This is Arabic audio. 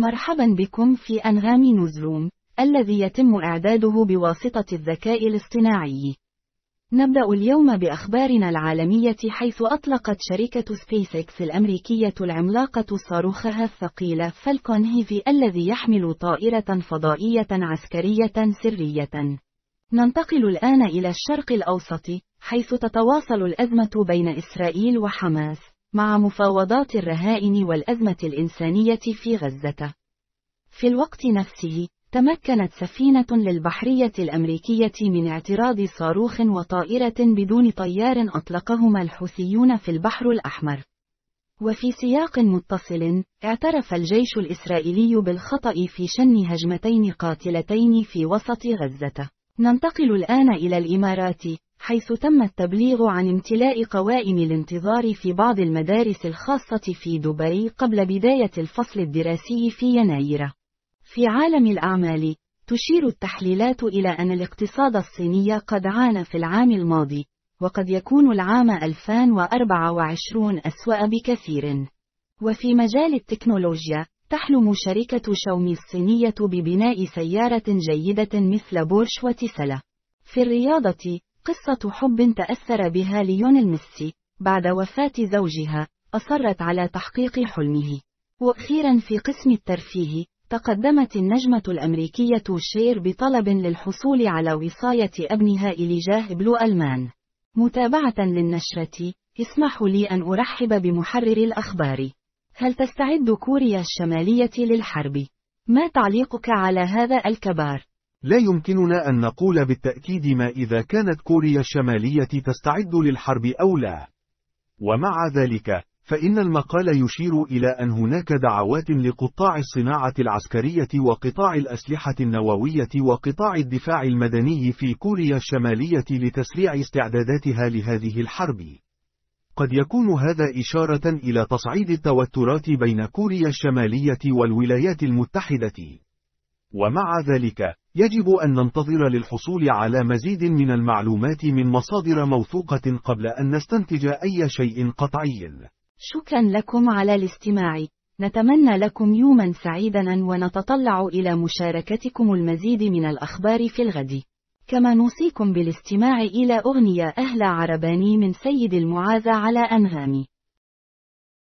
مرحبا بكم في أنغام نيوزروم، الذي يتم إعداده بواسطة الذكاء الاصطناعي. نبدأ اليوم بأخبارنا العالمية، حيث أطلقت شركة سبيس إكس الأمريكية العملاقة صاروخها الثقيل فالكون هيفي الذي يحمل طائرة فضائية عسكرية سرية. ننتقل الآن إلى الشرق الأوسط، حيث تتواصل الأزمة بين إسرائيل وحماس، مع مفاوضات الرهائن والأزمة الإنسانية في غزة. في الوقت نفسه، تمكنت سفينة للبحرية الأمريكية من اعتراض صاروخ وطائرة بدون طيار أطلقهما الحوثيون في البحر الأحمر. وفي سياق متصل، اعترف الجيش الإسرائيلي بالخطأ في شن هجمتين قاتلتين في وسط غزة. ننتقل الآن إلى الإمارات، حيث تم التبليغ عن امتلاء قوائم الانتظار في بعض المدارس الخاصة في دبي قبل بداية الفصل الدراسي في يناير. في عالم الأعمال، تشير التحليلات إلى أن الاقتصاد الصيني قد عانى في العام الماضي، وقد يكون العام 2024 أسوأ بكثير. وفي مجال التكنولوجيا، تحلم شركة شاومي الصينية ببناء سيارة جيدة مثل بورش وتسلا. في الرياضة، قصة حب تأثر بها ليونيل ميسي بعد وفاة زوجها، أصرت على تحقيق حلمه. وأخيرا في قسم الترفيه، تقدمت النجمة الأمريكية شير بطلب للحصول على وصاية ابنها إليجاه بلو ألمان. متابعة للنشرة، اسمحوا لي أن أرحب بمحرر الأخبار. هل تستعد كوريا الشمالية للحرب؟ ما تعليقك على هذا الكبار؟ لا يمكننا أن نقول بالتأكيد ما إذا كانت كوريا الشمالية تستعد للحرب أو لا. ومع ذلك، فإن المقال يشير إلى أن هناك دعوات لقطاع الصناعة العسكرية وقطاع الأسلحة النووية وقطاع الدفاع المدني في كوريا الشمالية لتسريع استعداداتها لهذه الحرب. قد يكون هذا إشارة إلى تصعيد التوترات بين كوريا الشمالية والولايات المتحدة. ومع ذلك، يجب أن ننتظر للحصول على مزيد من المعلومات من مصادر موثوقة قبل أن نستنتج أي شيء قطعي. شكرا لكم على الاستماع. نتمنى لكم يوما سعيدا، ونتطلع إلى مشاركتكم المزيد من الأخبار في الغد. كما نوصيكم بالاستماع إلى أغنية أهلا عرباني من سيد المعاذ على أنغامي.